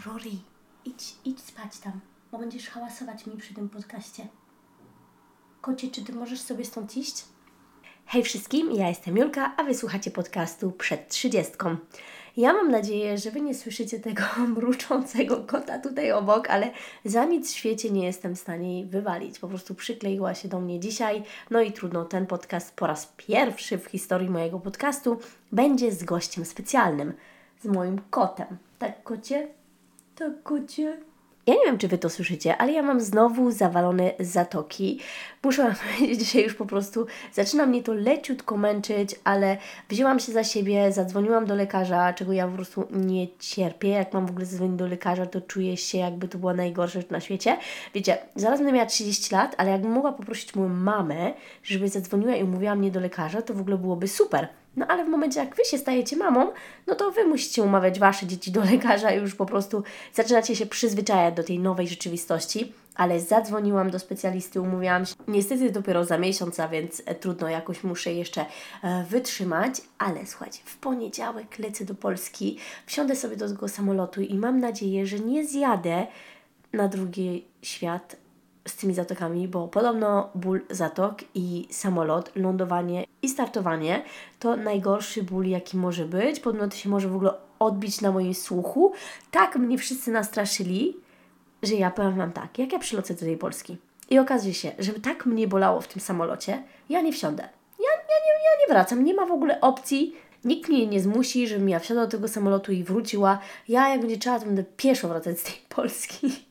Rory, idź spać tam, bo będziesz hałasować mi przy tym podcaście. Kocie, czy Ty możesz sobie stąd iść? Hej wszystkim, ja jestem Julka, a Wy słuchacie podcastu Przed 30. Ja mam nadzieję, że Wy nie słyszycie tego mruczącego kota tutaj obok, ale za nic w świecie nie jestem w stanie jej wywalić. Po prostu przykleiła się do mnie dzisiaj, no i trudno, ten podcast po raz pierwszy w historii mojego podcastu będzie z gościem specjalnym, z moim kotem. Tak, kocie? Tak, kocie? Ja nie wiem, czy Wy to słyszycie, ale ja mam znowu zawalone zatoki. Muszę Wam powiedzieć, dzisiaj już po prostu zaczyna mnie to leciutko męczyć, ale wzięłam się za siebie, zadzwoniłam do lekarza, czego ja po prostu nie cierpię. Jak mam w ogóle zadzwonić do lekarza, to czuję się, jakby to była najgorsza rzecz na świecie. Wiecie, zaraz będę miała 30 lat, ale jakbym mogła poprosić moją mamę, żeby zadzwoniła i umówiła mnie do lekarza, to w ogóle byłoby super. No ale w momencie, jak Wy się stajecie mamą, no to Wy musicie umawiać Wasze dzieci do lekarza i już po prostu zaczynacie się przyzwyczajać do tej nowej rzeczywistości. Ale zadzwoniłam do specjalisty, umówiłam się. Niestety dopiero za miesiąc, a więc trudno, jakoś muszę jeszcze wytrzymać. Ale słuchajcie, w poniedziałek lecę do Polski, wsiądę sobie do tego samolotu i mam nadzieję, że nie zjadę na drugi świat z tymi zatokami, bo podobno ból zatok i samolot, lądowanie i startowanie to najgorszy ból, jaki może być. Podobno to się może w ogóle odbić na moim słuchu. Tak mnie wszyscy nastraszyli, że ja powiem Wam tak, jak ja przylocę do tej Polski i okazuje się, że tak mnie bolało w tym samolocie, ja nie wsiądę. Ja nie wracam, nie ma w ogóle opcji. Nikt mnie nie zmusi, żebym ja wsiadła do tego samolotu i wróciła. Ja, jak będzie trzeba, to będę pieszo wracać z tej Polski.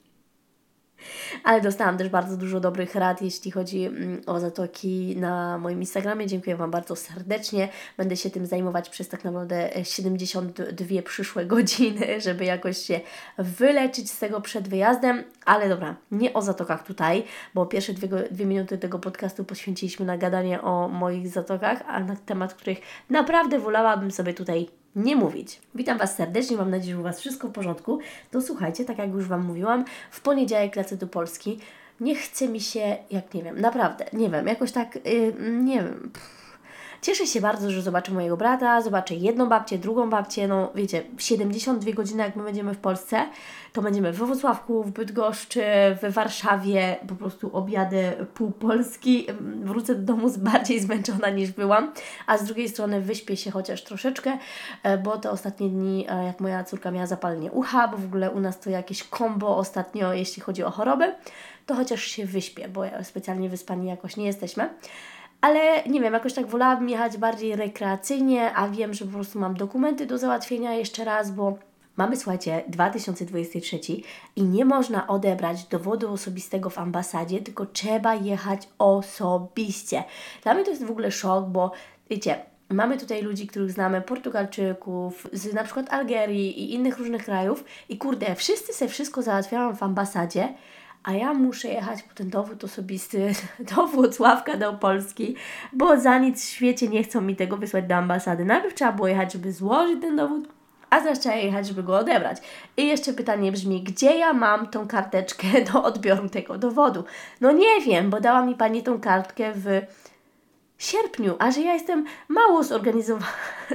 Ale dostałam też bardzo dużo dobrych rad, jeśli chodzi o zatoki na moim Instagramie. Dziękuję Wam bardzo serdecznie. Będę się tym zajmować przez tak naprawdę 72 przyszłe godziny, żeby jakoś się wyleczyć z tego przed wyjazdem. Ale dobra, nie o zatokach tutaj, bo pierwsze 2 minuty tego podcastu poświęciliśmy na gadanie o moich zatokach, a na temat których naprawdę wolałabym sobie tutaj nie mówić. Witam Was serdecznie, mam nadzieję, że u Was wszystko w porządku. To słuchajcie, tak jak już Wam mówiłam, w poniedziałek lecę do Polski. Nie chce mi się, jak nie wiem, naprawdę, nie wiem, jakoś tak, nie wiem. Cieszę się bardzo, że zobaczę mojego brata, zobaczę jedną babcię, drugą babcię, no wiecie, 72 godziny jak my będziemy w Polsce, to będziemy we Wrocławku, w Bydgoszczy, w Warszawie, po prostu objadę pół Polski, wrócę do domu bardziej zmęczona niż byłam, a z drugiej strony wyśpię się chociaż troszeczkę, bo te ostatnie dni, jak moja córka miała zapalenie ucha, bo w ogóle u nas to jakieś kombo ostatnio, jeśli chodzi o choroby, to chociaż się wyśpię, bo specjalnie wyspani jakoś nie jesteśmy. Ale nie wiem, jakoś tak wolałabym jechać bardziej rekreacyjnie, a wiem, że po prostu mam dokumenty do załatwienia jeszcze raz, bo mamy, słuchajcie, 2023 i nie można odebrać dowodu osobistego w ambasadzie, tylko trzeba jechać osobiście. Dla mnie to jest w ogóle szok, bo wiecie, mamy tutaj ludzi, których znamy, Portugalczyków, z na przykład Algierii i innych różnych krajów i kurde, wszyscy sobie wszystko załatwiają w ambasadzie, a ja muszę jechać po ten dowód osobisty do Włocławka, do Polski, bo za nic w świecie nie chcą mi tego wysłać do ambasady. Najpierw trzeba było jechać, żeby złożyć ten dowód, a zaraz trzeba jechać, żeby go odebrać. I jeszcze pytanie brzmi, gdzie ja mam tą karteczkę do odbioru tego dowodu? No nie wiem, bo dała mi Pani tą kartkę w sierpniu, a że ja jestem mało zorganizowana,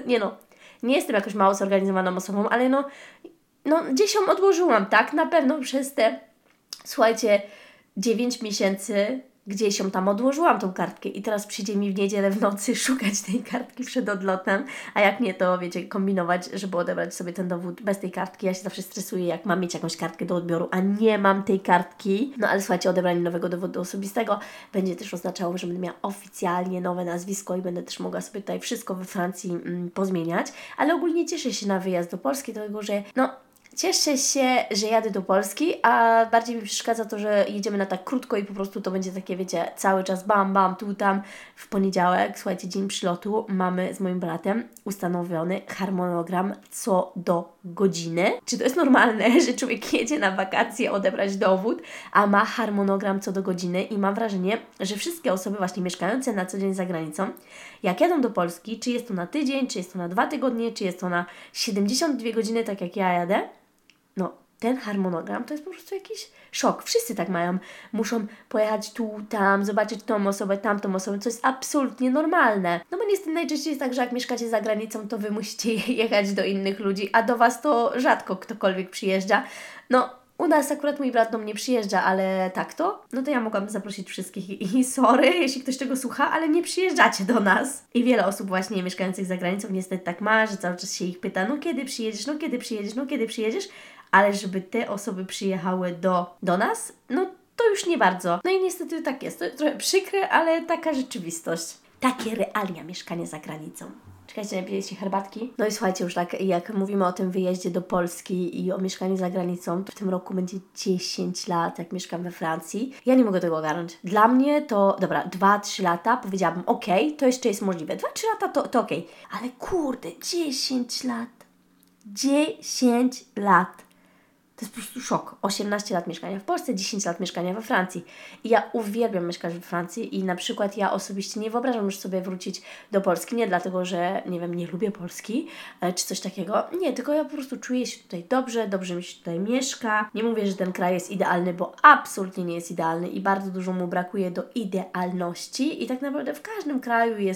nie jestem jakoś mało zorganizowaną osobą, ale gdzieś ją odłożyłam, tak? Na pewno przez te, słuchajcie, 9 miesięcy gdzieś ją tam odłożyłam, tą kartkę i teraz przyjdzie mi w niedzielę w nocy szukać tej kartki przed odlotem, a jak nie, to wiecie, kombinować, żeby odebrać sobie ten dowód bez tej kartki. Ja się zawsze stresuję, jak mam mieć jakąś kartkę do odbioru, a nie mam tej kartki. No ale słuchajcie, odebranie nowego dowodu osobistego będzie też oznaczało, że będę miała oficjalnie nowe nazwisko i będę też mogła sobie tutaj wszystko we Francji pozmieniać, ale ogólnie cieszę się na wyjazd do Polski, dlatego że cieszę się, że jadę do Polski, a bardziej mi przeszkadza to, że jedziemy na tak krótko i po prostu to będzie takie, wiecie, cały czas bam, bam, tu, tam. W poniedziałek, słuchajcie, dzień przylotu, mamy z moim bratem ustanowiony harmonogram co do godziny. Czy to jest normalne, że człowiek jedzie na wakacje odebrać dowód, a ma harmonogram co do godziny i mam wrażenie, że wszystkie osoby właśnie mieszkające na co dzień za granicą, jak jadą do Polski, czy jest to na tydzień, czy jest to na 2 tygodnie, czy jest to na 72 godziny, tak jak ja jadę, ten harmonogram to jest po prostu jakiś szok. Wszyscy tak mają. Muszą pojechać tu, tam, zobaczyć tą osobę, tamtą osobę, co jest absolutnie normalne. No bo niestety najczęściej jest tak, że jak mieszkacie za granicą, to Wy musicie jechać do innych ludzi, a do Was to rzadko ktokolwiek przyjeżdża. No, u nas akurat mój brat do mnie przyjeżdża, ale tak to, no to ja mogłam zaprosić wszystkich i sorry, jeśli ktoś tego słucha, ale nie przyjeżdżacie do nas. I wiele osób właśnie mieszkających za granicą niestety tak ma, że cały czas się ich pyta, no kiedy przyjedziesz, no kiedy przyjedziesz, no kiedy przyjedziesz, ale żeby te osoby przyjechały do nas, no to już nie bardzo. No i niestety tak jest, to jest trochę przykre, ale taka rzeczywistość. Takie realia mieszkania za granicą. Czekajcie, napiję się herbatki. No i słuchajcie, już tak jak mówimy o tym wyjeździe do Polski i o mieszkaniu za granicą, to w tym roku będzie 10 lat, jak mieszkam we Francji. Ja nie mogę tego ogarnąć. Dla mnie to, dobra, 2-3 lata, powiedziałabym, okej, to jeszcze jest możliwe. 2-3 lata to okej. Ale kurde, 10 lat. 10 lat. To jest po prostu szok. 18 lat mieszkania w Polsce, 10 lat mieszkania we Francji. I ja uwielbiam mieszkać we Francji i na przykład ja osobiście nie wyobrażam już sobie wrócić do Polski, nie dlatego, że nie wiem, nie lubię Polski czy coś takiego. Nie, tylko ja po prostu czuję się tutaj dobrze mi się tutaj mieszka. Nie mówię, że ten kraj jest idealny, bo absolutnie nie jest idealny i bardzo dużo mu brakuje do idealności i tak naprawdę w każdym kraju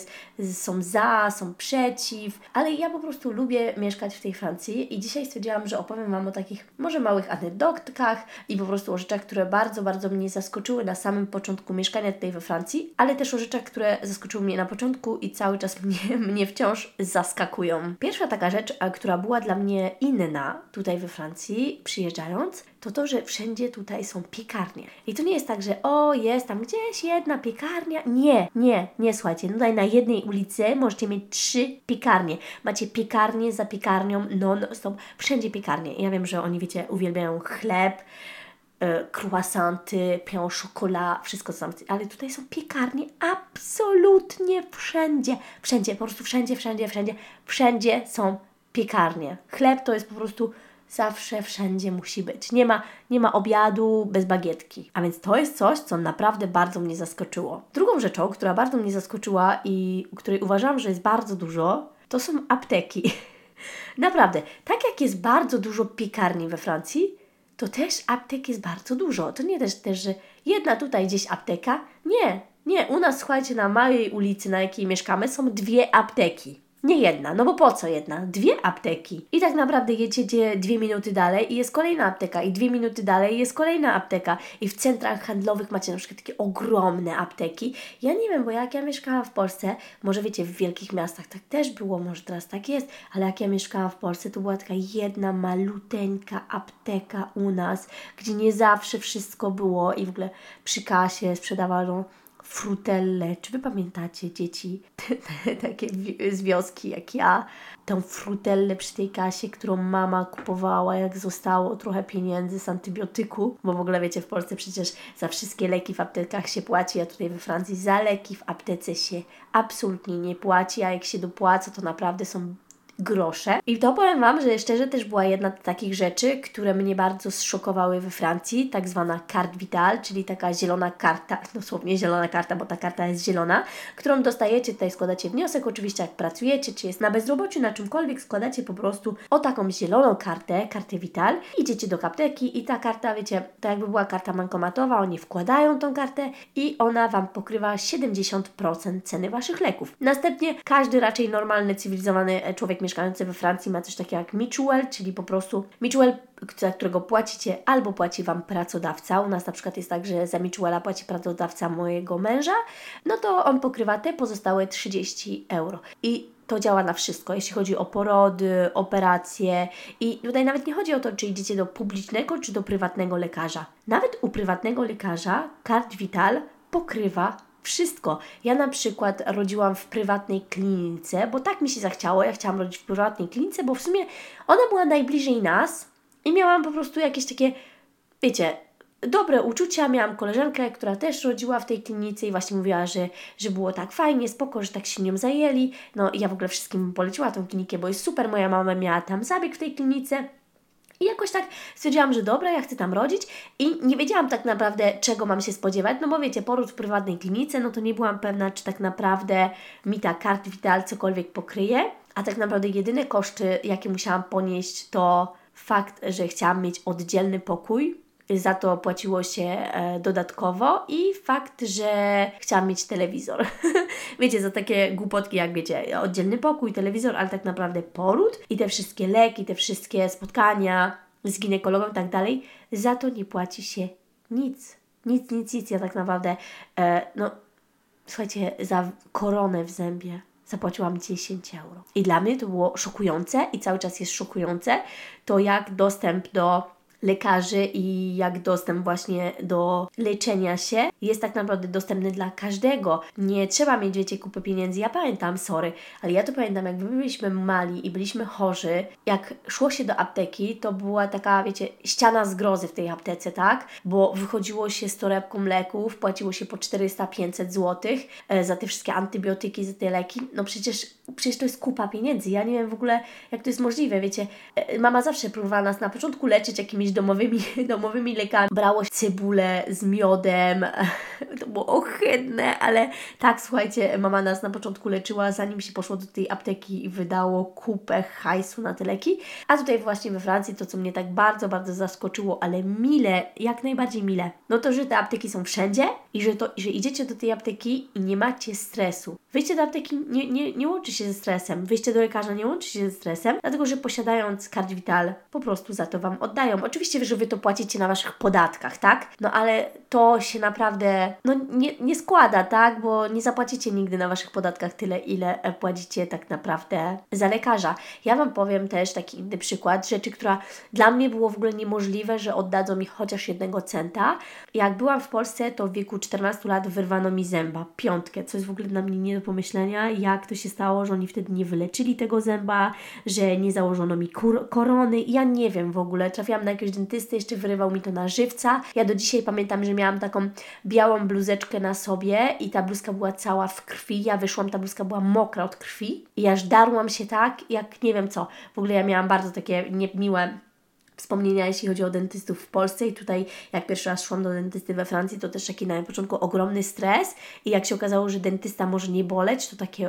są przeciw, ale ja po prostu lubię mieszkać w tej Francji i dzisiaj stwierdziłam, że opowiem Wam o takich może małych anegdotkach i po prostu o rzeczach, które bardzo, bardzo mnie zaskoczyły na samym początku mieszkania tutaj we Francji, ale też o rzeczach, które zaskoczyły mnie na początku i cały czas mnie wciąż zaskakują. Pierwsza taka rzecz, która była dla mnie inna tutaj we Francji, przyjeżdżając, to to, że wszędzie tutaj są piekarnie. I to nie jest tak, że jest tam gdzieś jedna piekarnia. Nie, słuchajcie, tutaj na jednej ulicy możecie mieć 3 piekarnie. Macie piekarnię za piekarnią, non-stop, wszędzie piekarnie. Ja wiem, że oni, wiecie, uwielbiają chleb, croissanty, pain au chocolat, wszystko co tam, ale tutaj są piekarnie absolutnie wszędzie. Wszędzie, po prostu wszędzie są piekarnie. Chleb to jest po prostu zawsze, wszędzie musi być. Nie ma obiadu bez bagietki. A więc to jest coś, co naprawdę bardzo mnie zaskoczyło. Drugą rzeczą, która bardzo mnie zaskoczyła i której uważam, że jest bardzo dużo, to są apteki. Naprawdę, tak jak jest bardzo dużo piekarni we Francji, to też aptek jest bardzo dużo. To nie też, że jedna tutaj gdzieś apteka. Nie. U nas, słuchajcie, na małej ulicy, na jakiej mieszkamy, są 2 apteki. Nie jedna, no bo po co jedna? 2 apteki. I tak naprawdę jedziecie 2 minuty dalej i jest kolejna apteka i 2 minuty dalej jest kolejna apteka. I w centrach handlowych macie na przykład takie ogromne apteki. Ja nie wiem, bo jak ja mieszkałam w Polsce, może wiecie, w wielkich miastach tak też było, może teraz tak jest, ale jak ja mieszkałam w Polsce, to była taka jedna maluteńka apteka u nas, gdzie nie zawsze wszystko było i w ogóle przy kasie sprzedawano frutelle. Czy Wy pamiętacie, dzieci, takie z wioski jak ja, tą frutellę przy tej kasie, którą mama kupowała, jak zostało trochę pieniędzy z antybiotyku, bo w ogóle wiecie, w Polsce przecież za wszystkie leki w aptekach się płaci, a tutaj we Francji za leki w aptece się absolutnie nie płaci, a jak się dopłaca, to naprawdę są grosze. I to powiem Wam, że szczerze też była jedna z takich rzeczy, które mnie bardzo zszokowały we Francji, tak zwana carte vitale, czyli taka zielona karta, dosłownie zielona karta, bo ta karta jest zielona, którą dostajecie, tutaj składacie wniosek, oczywiście jak pracujecie, czy jest na bezrobociu, na czymkolwiek, składacie po prostu o taką zieloną kartę vitale, idziecie do apteki i ta karta, wiecie, to jakby była karta bankomatowa, oni wkładają tą kartę i ona Wam pokrywa 70% ceny Waszych leków. Następnie każdy raczej normalny, cywilizowany człowiek mieszkający we Francji ma coś takiego jak mutual, czyli po prostu mutual, za którego płacicie albo płaci Wam pracodawca. U nas na przykład jest tak, że za mutuala płaci pracodawca mojego męża, no to on pokrywa te pozostałe 30 euro. I to działa na wszystko, jeśli chodzi o porody, operacje i tutaj nawet nie chodzi o to, czy idziecie do publicznego, czy do prywatnego lekarza. Nawet u prywatnego lekarza carte vitale pokrywa wszystko. Ja na przykład rodziłam w prywatnej klinice, bo tak mi się zachciało. Ja chciałam rodzić w prywatnej klinice, bo w sumie ona była najbliżej nas i miałam po prostu jakieś takie, wiecie, dobre uczucia. Miałam koleżankę, która też rodziła w tej klinice i właśnie mówiła, że było tak fajnie, spoko, że tak się nią zajęli. No i ja w ogóle wszystkim poleciła tą klinikę, bo jest super. Moja mama miała tam zabieg w tej klinice. I jakoś tak stwierdziłam, że dobra, ja chcę tam rodzić i nie wiedziałam tak naprawdę, czego mam się spodziewać, no bo wiecie, poród w prywatnej klinice, no to nie byłam pewna, czy tak naprawdę mi ta carte vitale cokolwiek pokryje, a tak naprawdę jedyne koszty, jakie musiałam ponieść, to fakt, że chciałam mieć oddzielny pokój, za to płaciło się dodatkowo i fakt, że chciałam mieć telewizor. Wiecie, za takie głupotki jak wiecie, oddzielny pokój, telewizor, ale tak naprawdę poród i te wszystkie leki, te wszystkie spotkania z ginekologą i tak dalej, za to nie płaci się nic. Nic. Ja tak naprawdę, słuchajcie, za koronę w zębie zapłaciłam 10 euro. I dla mnie to było szokujące i cały czas jest szokujące to, jak dostęp do lekarzy i jak dostęp właśnie do leczenia się jest tak naprawdę dostępny dla każdego. Nie trzeba mieć, wiecie, kupy pieniędzy. Ja pamiętam, sorry, ale ja to pamiętam, jak my byliśmy mali i byliśmy chorzy, jak szło się do apteki, to była taka, wiecie, ściana zgrozy w tej aptece, tak? Bo wychodziło się z torebką leków, płaciło się po 400-500 zł za te wszystkie antybiotyki, za te leki. No przecież to jest kupa pieniędzy. Ja nie wiem w ogóle, jak to jest możliwe, wiecie. Mama zawsze próbowała nas na początku leczyć jakimiś domowymi lekami. Brało cebulę z miodem. To było ohydne, ale tak, słuchajcie, mama nas na początku leczyła, zanim się poszło do tej apteki i wydało kupę hajsu na te leki. A tutaj właśnie we Francji to, co mnie tak bardzo, bardzo zaskoczyło, ale mile, jak najbardziej mile, no to, że te apteki są wszędzie i że idziecie do tej apteki i nie macie stresu. Wyjście do apteki nie łączy się ze stresem. Wyjście do lekarza nie łączy się ze stresem, dlatego że posiadając Carte Vitale po prostu za to Wam oddają. Oczywiście, że Wy to płacicie na Waszych podatkach, tak? No ale to się naprawdę nie składa, tak? Bo nie zapłacicie nigdy na Waszych podatkach tyle, ile płacicie tak naprawdę za lekarza. Ja Wam powiem też taki inny przykład rzeczy, która dla mnie było w ogóle niemożliwe, że oddadzą mi chociaż 1 centa. Jak byłam w Polsce, to w wieku 14 lat wyrwano mi zęba, 5, co jest w ogóle dla mnie nie do pomyślenia, jak to się stało, że oni wtedy nie wyleczyli tego zęba, że nie założono mi korony. Ja nie wiem w ogóle. Trafiłam na jakiegoś dentysty, jeszcze wyrywał mi to na żywca. Ja do dzisiaj pamiętam, że miałam taką białą bluzeczkę na sobie i ta bluzka była cała w krwi. Ja wyszłam, ta bluzka była mokra od krwi i aż darłam się tak, jak nie wiem co. W ogóle ja miałam bardzo takie niemiłe wspomnienia, jeśli chodzi o dentystów w Polsce i tutaj jak pierwszy raz szłam do dentysty we Francji, to też taki na początku ogromny stres i jak się okazało, że dentysta może nie boleć, to takie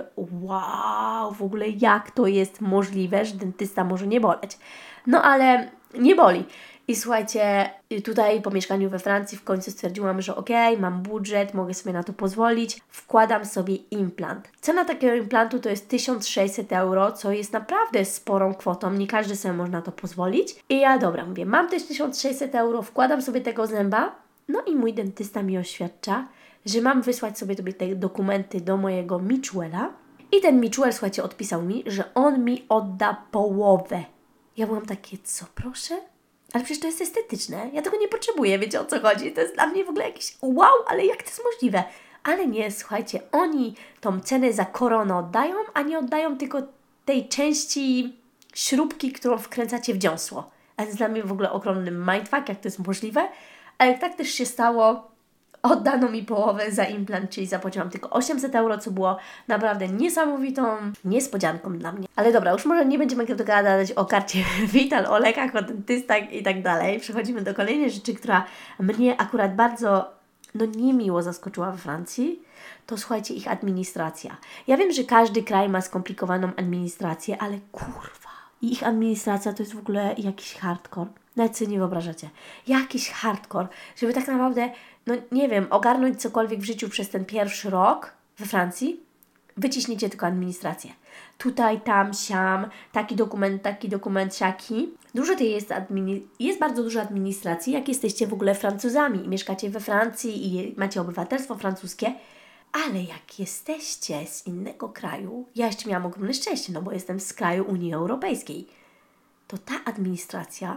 wow, w ogóle jak to jest możliwe, że dentysta może nie boleć. No ale nie boli. I słuchajcie, tutaj po mieszkaniu we Francji w końcu stwierdziłam, że okej, mam budżet, mogę sobie na to pozwolić, wkładam sobie implant. Cena takiego implantu to jest 1600 euro, co jest naprawdę sporą kwotą, nie każdy sobie może na to pozwolić. I ja dobra, mówię, mam też 1600 euro, wkładam sobie tego zęba, no i mój dentysta mi oświadcza, że mam wysłać sobie te dokumenty do mojego Michuela i ten Michuel, słuchajcie, odpisał mi, że on mi odda połowę. Ja byłam takie, co proszę? Ale przecież to jest estetyczne. Ja tego nie potrzebuję, wiecie o co chodzi. To jest dla mnie w ogóle jakiś wow, ale jak to jest możliwe? Ale nie, słuchajcie, oni tą cenę za koronę oddają, a nie oddają tylko tej części śrubki, którą wkręcacie w dziąsło. A to jest dla mnie w ogóle ogromny mindfuck, jak to jest możliwe. Ale jak tak też się stało, oddano mi połowę za implant, czyli zapłaciłam tylko 800 euro, co było naprawdę niesamowitą niespodzianką dla mnie. Ale dobra, już może nie będziemy gadać o Carcie Vitale, o lekach, o dentystach i tak dalej. Przechodzimy do kolejnej rzeczy, która mnie akurat bardzo niemiło zaskoczyła we Francji. To słuchajcie, ich administracja. Ja wiem, że każdy kraj ma skomplikowaną administrację, ale kurwa, ich administracja to jest w ogóle jakiś hardcore. Nawet sobie nie wyobrażacie. Jakiś hardcore, żeby tak naprawdę, nie wiem, ogarnąć cokolwiek w życiu przez ten pierwszy rok we Francji, wyciśnijcie tylko administrację. Tutaj, tam, siam, taki dokument, siaki. Dużo tej jest bardzo dużo administracji, jak jesteście w ogóle Francuzami i mieszkacie we Francji i macie obywatelstwo francuskie, ale jak jesteście z innego kraju, ja jeszcze miałam ogromne szczęście, bo jestem z kraju Unii Europejskiej, to ta administracja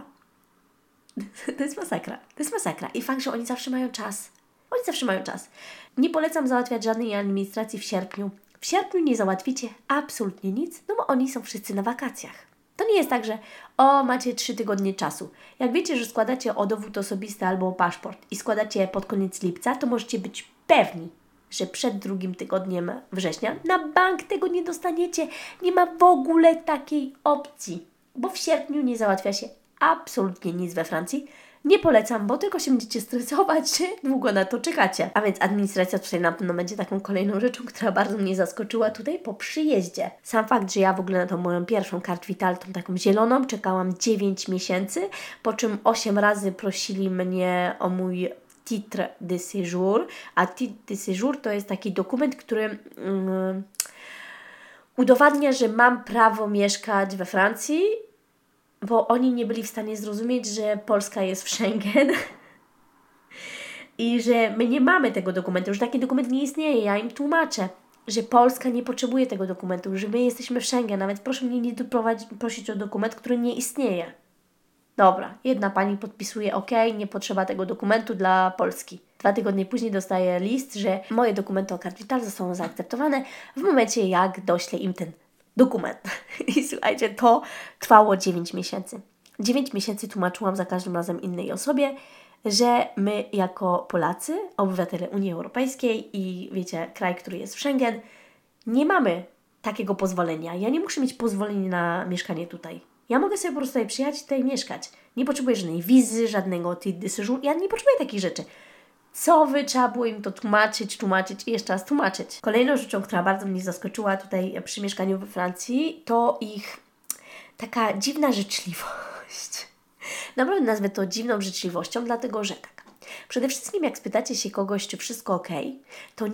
to jest masakra. To jest masakra. I fakt, że oni zawsze mają czas. Nie polecam załatwiać żadnej administracji w sierpniu. W sierpniu nie załatwicie absolutnie nic, bo oni są wszyscy na wakacjach. To nie jest tak, że macie 3 tygodnie czasu. Jak wiecie, że składacie o dowód osobisty albo o paszport i składacie pod koniec lipca, to możecie być pewni, że przed 2 tygodniem września na bank tego nie dostaniecie. Nie ma w ogóle takiej opcji, bo w sierpniu nie załatwia się absolutnie nic we Francji. Nie polecam, bo tylko się będziecie stresować, czy długo na to czekacie. A więc administracja tutaj na pewno będzie taką kolejną rzeczą, która bardzo mnie zaskoczyła tutaj po przyjeździe. Sam fakt, że ja w ogóle na tą moją pierwszą Carte Vitale, tą taką zieloną, czekałam 9 miesięcy, po czym 8 razy prosili mnie o mój titre de séjour, a titre de séjour to jest taki dokument, który udowadnia, że mam prawo mieszkać we Francji, bo oni nie byli w stanie zrozumieć, że Polska jest w Schengen i że my nie mamy tego dokumentu, że taki dokument nie istnieje. Ja im tłumaczę, że Polska nie potrzebuje tego dokumentu, że my jesteśmy w Schengen, a więc proszę mnie nie prosić o dokument, który nie istnieje. Dobra, jedna pani podpisuje OK, nie potrzeba tego dokumentu dla Polski. 2 tygodnie później dostaję list, że moje dokumenty o Carte Vitale zostaną zaakceptowane w momencie, jak doślę im ten dokument. I słuchajcie, to trwało 9 miesięcy. 9 miesięcy tłumaczyłam za każdym razem innej osobie, że my jako Polacy, obywatele Unii Europejskiej i wiecie, kraj, który jest w Schengen, nie mamy takiego pozwolenia. Ja nie muszę mieć pozwolenia na mieszkanie tutaj. Ja mogę sobie po prostu tutaj przyjechać i tutaj mieszkać. Nie potrzebuję żadnej wizy, żadnego titre de séjour. Ja nie potrzebuję takich rzeczy. Co wy, trzeba było im to tłumaczyć i jeszcze raz tłumaczyć. Kolejną rzeczą, która bardzo mnie zaskoczyła tutaj przy mieszkaniu we Francji, to ich taka dziwna życzliwość. Naprawdę nazwę to dziwną życzliwością, dlatego że tak. Przede wszystkim jak spytacie się kogoś, czy wszystko ok, to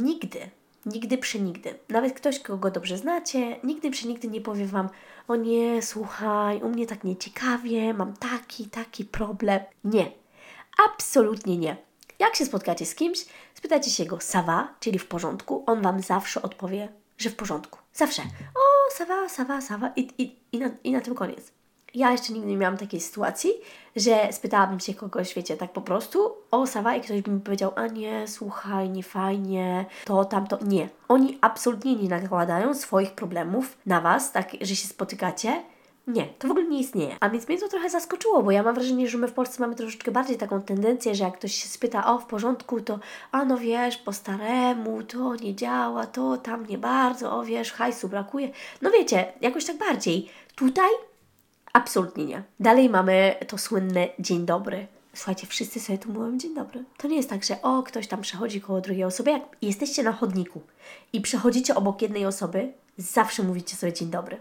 nigdy przenigdy, nawet ktoś, kogo dobrze znacie, nigdy przenigdy nie powie Wam: o nie, słuchaj, u mnie tak nieciekawie, mam taki problem. Nie, absolutnie nie. Jak się spotkacie z kimś, spytacie się go ça va, czyli w porządku, on Wam zawsze odpowie, że w porządku. Zawsze. O, ça va i na tym koniec. Ja jeszcze nigdy nie miałam takiej sytuacji, że spytałabym się kogoś, wiecie, tak po prostu o ça va i ktoś by mi powiedział: a nie, słuchaj, nie fajnie, to, tamto. Nie. Oni absolutnie nie nakładają swoich problemów na Was, tak, że się spotykacie. Nie, to w ogóle nie istnieje. A więc mnie to trochę zaskoczyło, bo ja mam wrażenie, że my w Polsce mamy troszeczkę bardziej taką tendencję, że jak ktoś się spyta: o, w porządku, to a no wiesz, po staremu, to nie działa, to tam nie bardzo, o wiesz, hajsu brakuje. No wiecie, jakoś tak bardziej. Tutaj absolutnie nie. Dalej mamy to słynne dzień dobry. Słuchajcie, wszyscy sobie tu mówią dzień dobry. To nie jest tak, że o, ktoś tam przechodzi koło drugiej osoby. Jak jesteście na chodniku i przechodzicie obok jednej osoby, zawsze mówicie sobie dzień dobry.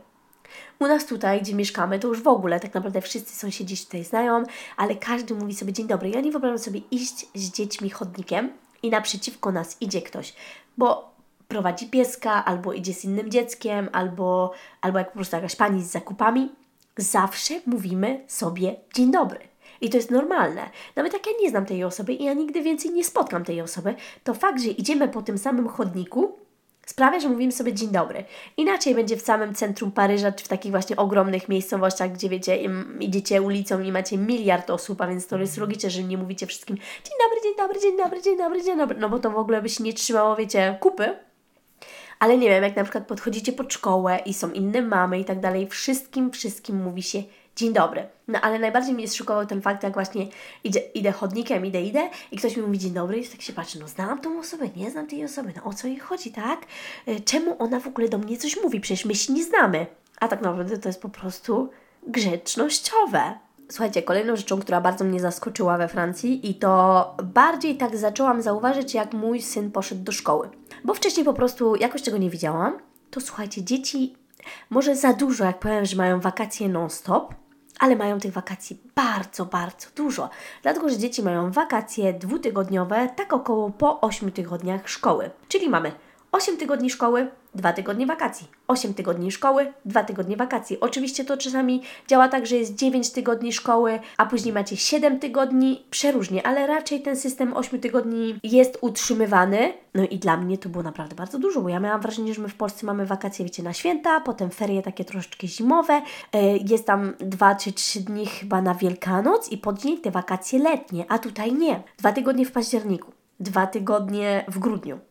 U nas tutaj, gdzie mieszkamy, to już w ogóle tak naprawdę wszyscy sąsiedzi się tutaj znają, ale każdy mówi sobie dzień dobry. Ja nie wyobrażam sobie iść z dziećmi chodnikiem i naprzeciwko nas idzie ktoś, bo prowadzi pieska, albo idzie z innym dzieckiem, albo jak po prostu jakaś pani z zakupami. Zawsze mówimy sobie dzień dobry. I to jest normalne. Nawet jak ja nie znam tej osoby i ja nigdy więcej nie spotkam tej osoby, to fakt, że idziemy po tym samym chodniku, sprawia, że mówimy sobie dzień dobry. Inaczej będzie w samym centrum Paryża, czy w takich właśnie ogromnych miejscowościach, gdzie wiecie, idziecie ulicą i macie miliard osób, a więc to jest logiczne, że nie mówicie wszystkim dzień dobry, dzień dobry, dzień dobry, dzień dobry, dzień dobry, no bo to w ogóle by się nie trzymało, wiecie, kupy. Ale nie wiem, jak na przykład podchodzicie pod szkołę i są inne mamy i tak dalej, wszystkim mówi się dzień dobry. No ale najbardziej mnie zszokował ten fakt, jak właśnie idę chodnikiem, idę i ktoś mi mówi dzień dobry i tak się patrzy, no znam tą osobę, nie znam tej osoby, no o co jej chodzi, tak? Czemu ona w ogóle do mnie coś mówi? Przecież my się nie znamy. A tak naprawdę to jest po prostu grzecznościowe. Słuchajcie, kolejną rzeczą, która bardzo mnie zaskoczyła we Francji i to bardziej tak zaczęłam zauważyć, jak mój syn poszedł do szkoły. Bo wcześniej po prostu jakoś tego nie widziałam. To słuchajcie, dzieci może za dużo, jak powiem, że mają wakacje non-stop, ale mają tych wakacji bardzo, bardzo dużo. Dlatego, że dzieci mają wakacje 2-tygodniowe, tak około po 8 tygodniach szkoły. Czyli mamy 8 tygodni szkoły, 2 tygodnie wakacji. 8 tygodni szkoły, 2 tygodnie wakacji. Oczywiście to czasami działa tak, że jest 9 tygodni szkoły, a później macie 7 tygodni. Przeróżnie, ale raczej ten system 8 tygodni jest utrzymywany. No i dla mnie to było naprawdę bardzo dużo, bo ja miałam wrażenie, że my w Polsce mamy wakacje, wiecie, na święta, potem ferie takie troszeczkę zimowe, jest tam 2 czy 3 dni chyba na Wielkanoc i później te wakacje letnie, a tutaj nie. 2 tygodnie w październiku. 2 tygodnie w grudniu.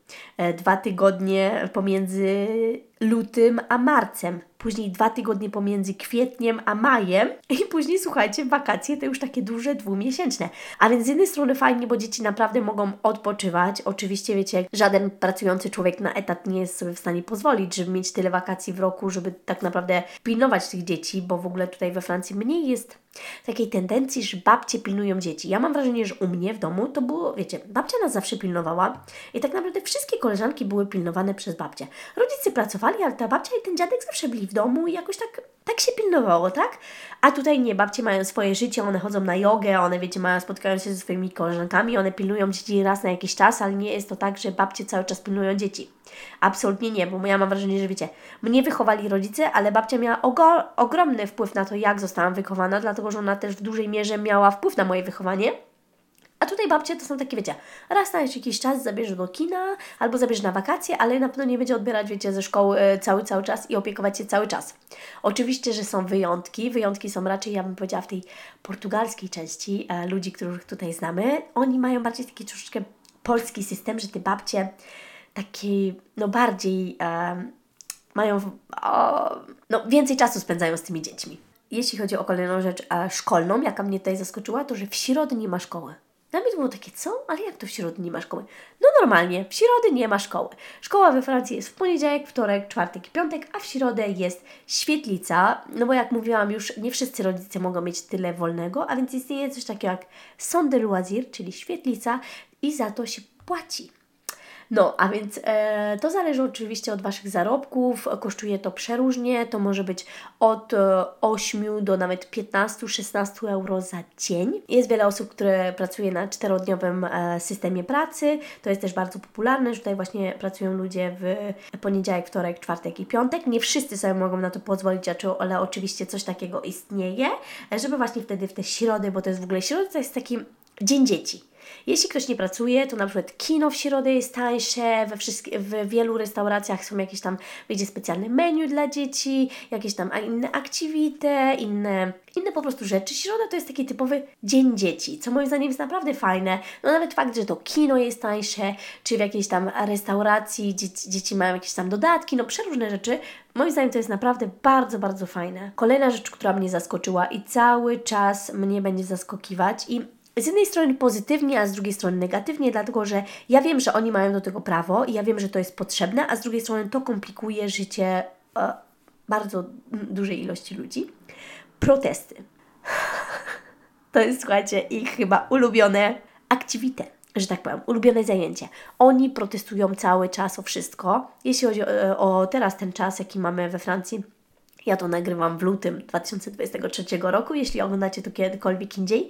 2 tygodnie pomiędzy lutym a marcem, później 2 tygodnie pomiędzy kwietniem a majem i później, słuchajcie, wakacje te już takie duże, 2-miesięczne. A więc z jednej strony fajnie, bo dzieci naprawdę mogą odpoczywać. Oczywiście, wiecie, żaden pracujący człowiek na etat nie jest sobie w stanie pozwolić, żeby mieć tyle wakacji w roku, żeby tak naprawdę pilnować tych dzieci, bo w ogóle tutaj we Francji mniej jest takiej tendencji, że babcie pilnują dzieci. Ja mam wrażenie, że u mnie w domu to było, wiecie, babcia nas zawsze pilnowała i tak naprawdę wszystkie koleżanki były pilnowane przez babcię. Rodzice pracowali, ale ta babcia i ten dziadek zawsze byli w domu i jakoś tak się pilnowało, tak? A tutaj nie, babcie mają swoje życie, one chodzą na jogę, one, wiecie, spotkają się ze swoimi koleżankami, one pilnują dzieci raz na jakiś czas, ale nie jest to tak, że babcie cały czas pilnują dzieci. Absolutnie nie, bo ja mam wrażenie, że wiecie, mnie wychowali rodzice, ale babcia miała ogromny wpływ na to, jak zostałam wychowana, dlatego że ona też w dużej mierze miała wpływ na moje wychowanie. A tutaj babcie to są takie, wiecie, raz na jakiś czas zabierze do kina albo zabierze na wakacje, ale na pewno nie będzie odbierać, wiecie, ze szkoły cały czas i opiekować się cały czas. Oczywiście, że są wyjątki. Wyjątki są raczej, ja bym powiedziała, w tej portugalskiej części ludzi, których tutaj znamy. Oni mają bardziej taki troszeczkę polski system, że te babcie taki, bardziej mają, więcej czasu spędzają z tymi dziećmi. Jeśli chodzi o kolejną rzecz szkolną, jaka mnie tutaj zaskoczyła, to że w środę nie ma szkoły. Dla mnie to było takie, co? Ale jak to w środę nie ma szkoły? No normalnie, w środę nie ma szkoły. Szkoła we Francji jest w poniedziałek, wtorek, czwartek i piątek, a w środę jest świetlica. No bo jak mówiłam już, nie wszyscy rodzice mogą mieć tyle wolnego, a więc istnieje coś takiego jak Son de Loisir, czyli świetlica i za to się płaci. No, a więc to zależy oczywiście od Waszych zarobków, kosztuje to przeróżnie, to może być od 8 do nawet 15-16 euro za dzień. Jest wiele osób, które pracuje na 4-dniowym systemie pracy, to jest też bardzo popularne, że tutaj właśnie pracują ludzie w poniedziałek, wtorek, czwartek i piątek. Nie wszyscy sobie mogą na to pozwolić, ale oczywiście coś takiego istnieje, żeby właśnie wtedy w te środy, bo to jest w ogóle środa, to jest taki dzień dzieci. Jeśli ktoś nie pracuje, to na przykład kino w środę jest tańsze, w wielu restauracjach są jakieś tam, wiecie, specjalne menu dla dzieci, jakieś tam inne activity, inne po prostu rzeczy. Środa to jest taki typowy dzień dzieci, co moim zdaniem jest naprawdę fajne. No nawet fakt, że to kino jest tańsze, czy w jakiejś tam restauracji dzieci mają jakieś tam dodatki, przeróżne rzeczy. Moim zdaniem to jest naprawdę bardzo, bardzo fajne. Kolejna rzecz, która mnie zaskoczyła i cały czas mnie będzie zaskakiwać i z jednej strony pozytywnie, a z drugiej strony negatywnie, dlatego że ja wiem, że oni mają do tego prawo i ja wiem, że to jest potrzebne, a z drugiej strony to komplikuje życie bardzo dużej ilości ludzi. Protesty. To jest, słuchajcie, ich chyba ulubione activity, że tak powiem, ulubione zajęcie. Oni protestują cały czas o wszystko. Jeśli chodzi o teraz ten czas, jaki mamy we Francji, ja to nagrywam w lutym 2023 roku, jeśli oglądacie to kiedykolwiek indziej.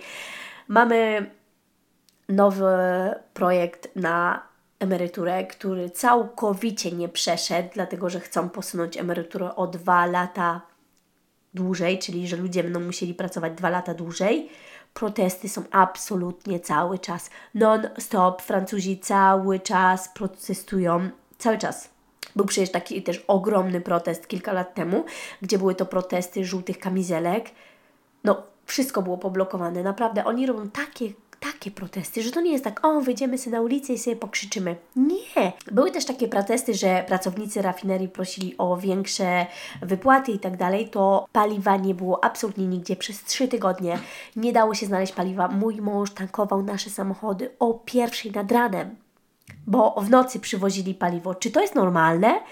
Mamy nowy projekt na emeryturę, który całkowicie nie przeszedł, dlatego że chcą posunąć emeryturę o 2 lata dłużej, czyli że ludzie będą musieli pracować 2 lata dłużej. Protesty są absolutnie cały czas, non-stop. Francuzi cały czas protestują, cały czas. Był przecież taki też ogromny protest kilka lat temu, gdzie były to protesty żółtych kamizelek. Wszystko było poblokowane. Naprawdę, oni robią takie protesty, że to nie jest tak, wyjdziemy sobie na ulicę i sobie pokrzyczymy. Nie! Były też takie protesty, że pracownicy rafinerii prosili o większe wypłaty i tak dalej. To paliwa nie było absolutnie nigdzie. Przez 3 tygodnie nie dało się znaleźć paliwa. Mój mąż tankował nasze samochody o 1:00 nad ranem, bo w nocy przywozili paliwo. Czy to jest normalne?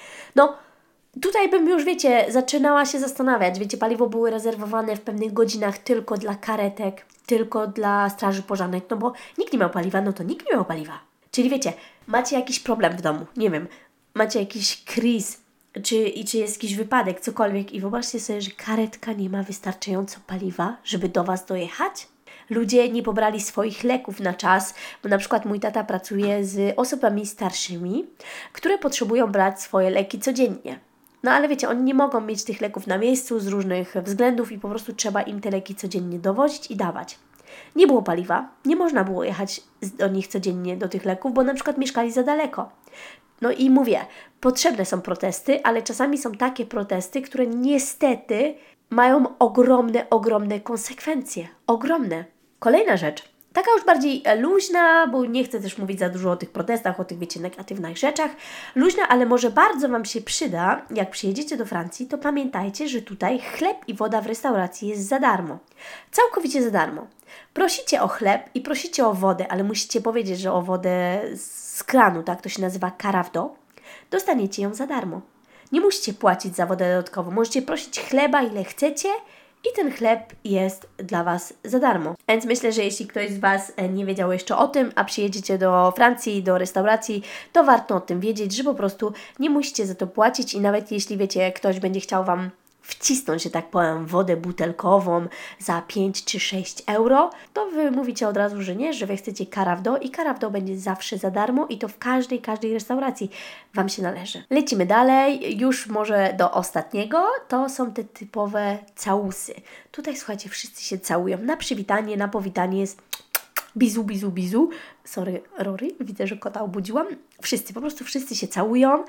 Tutaj bym już, wiecie, zaczynała się zastanawiać. Wiecie, paliwo były rezerwowane w pewnych godzinach tylko dla karetek, tylko dla straży pożarnej, bo nikt nie miał paliwa, to nikt nie miał paliwa. Czyli wiecie, macie jakiś problem w domu, nie wiem, macie jakiś kriz, czy jest jakiś wypadek, cokolwiek i wyobraźcie sobie, że karetka nie ma wystarczająco paliwa, żeby do Was dojechać. Ludzie nie pobrali swoich leków na czas, bo na przykład mój tata pracuje z osobami starszymi, które potrzebują brać swoje leki codziennie. Ale wiecie, oni nie mogą mieć tych leków na miejscu z różnych względów i po prostu trzeba im te leki codziennie dowozić i dawać. Nie było paliwa, nie można było jechać do nich codziennie do tych leków, bo na przykład mieszkali za daleko. I mówię, potrzebne są protesty, ale czasami są takie protesty, które niestety mają ogromne konsekwencje. Ogromne. Kolejna rzecz. Taka już bardziej luźna, bo nie chcę też mówić za dużo o tych protestach, o tych, wiecie, negatywnych rzeczach. Luźna, ale może bardzo Wam się przyda, jak przyjedziecie do Francji, to pamiętajcie, że tutaj chleb i woda w restauracji jest za darmo. Całkowicie za darmo. Prosicie o chleb i prosicie o wodę, ale musicie powiedzieć, że o wodę z kranu, tak, to się nazywa carafe d'eau, dostaniecie ją za darmo. Nie musicie płacić za wodę dodatkowo. Możecie prosić chleba ile chcecie i ten chleb jest dla Was za darmo. Więc myślę, że jeśli ktoś z Was nie wiedział jeszcze o tym, a przyjedziecie do Francji, do restauracji, to warto o tym wiedzieć, że po prostu nie musicie za to płacić i nawet jeśli wiecie, ktoś będzie chciał Wam wcisnąć, że tak powiem, wodę butelkową za 5 czy 6 euro, to Wy mówicie od razu, że nie, że Wy chcecie carafe d'eau i carafe d'eau będzie zawsze za darmo i to w każdej restauracji Wam się należy. Lecimy dalej, już może do ostatniego, to są te typowe całusy. Tutaj, słuchajcie, wszyscy się całują. Na przywitanie, na powitanie jest bizu, bizu, bizu. Sorry, Rory, widzę, że kota obudziłam. Po prostu wszyscy się całują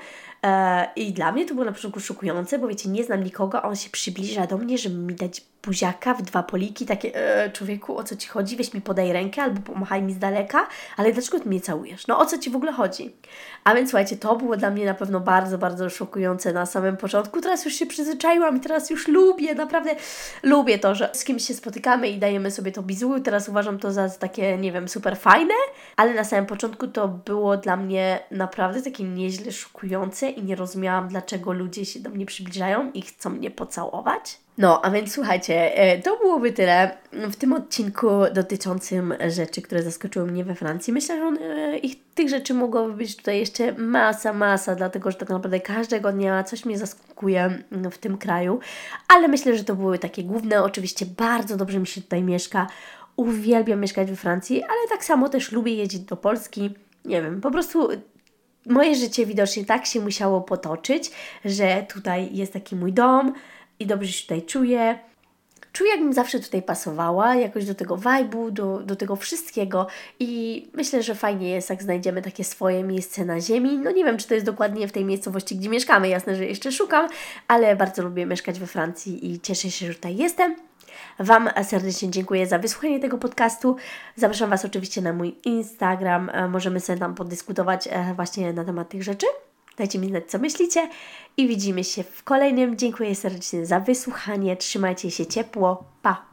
i dla mnie to było na początku szokujące, bo wiecie, nie znam nikogo, a on się przybliża do mnie, żeby mi dać buziaka w 2 poliki, takie człowieku, o co Ci chodzi? Weź mi podaj rękę albo pomachaj mi z daleka, ale dlaczego Ty mnie całujesz? No o co Ci w ogóle chodzi? A więc słuchajcie, to było dla mnie na pewno bardzo, bardzo szokujące na samym początku. Teraz już się przyzwyczaiłam i teraz już lubię, naprawdę lubię to, że z kimś się spotykamy i dajemy sobie to bizu. Teraz uważam to za takie, nie wiem, super fajne, ale na samym początku to było dla mnie naprawdę takie nieźle szokujące i nie rozumiałam, dlaczego ludzie się do mnie przybliżają i chcą mnie pocałować. No, a więc słuchajcie, to byłoby tyle w tym odcinku dotyczącym rzeczy, które zaskoczyły mnie we Francji. Myślę, że tych rzeczy mogłoby być tutaj jeszcze masa, dlatego że tak naprawdę każdego dnia coś mnie zaskakuje w tym kraju, ale myślę, że to były takie główne. Oczywiście bardzo dobrze mi się tutaj mieszka. Uwielbiam mieszkać we Francji, ale tak samo też lubię jeździć do Polski. Nie wiem, po prostu moje życie widocznie tak się musiało potoczyć, że tutaj jest taki mój dom i dobrze się tutaj czuję. Czuję, jakbym zawsze tutaj pasowała, jakoś do tego vibe'u, do tego wszystkiego i myślę, że fajnie jest, jak znajdziemy takie swoje miejsce na ziemi. No nie wiem, czy to jest dokładnie w tej miejscowości, gdzie mieszkamy, jasne, że jeszcze szukam, ale bardzo lubię mieszkać we Francji i cieszę się, że tutaj jestem. Wam serdecznie dziękuję za wysłuchanie tego podcastu. Zapraszam Was oczywiście na mój Instagram. Możemy sobie tam podyskutować właśnie na temat tych rzeczy. Dajcie mi znać, co myślicie i widzimy się w kolejnym. Dziękuję serdecznie za wysłuchanie. Trzymajcie się ciepło. Pa!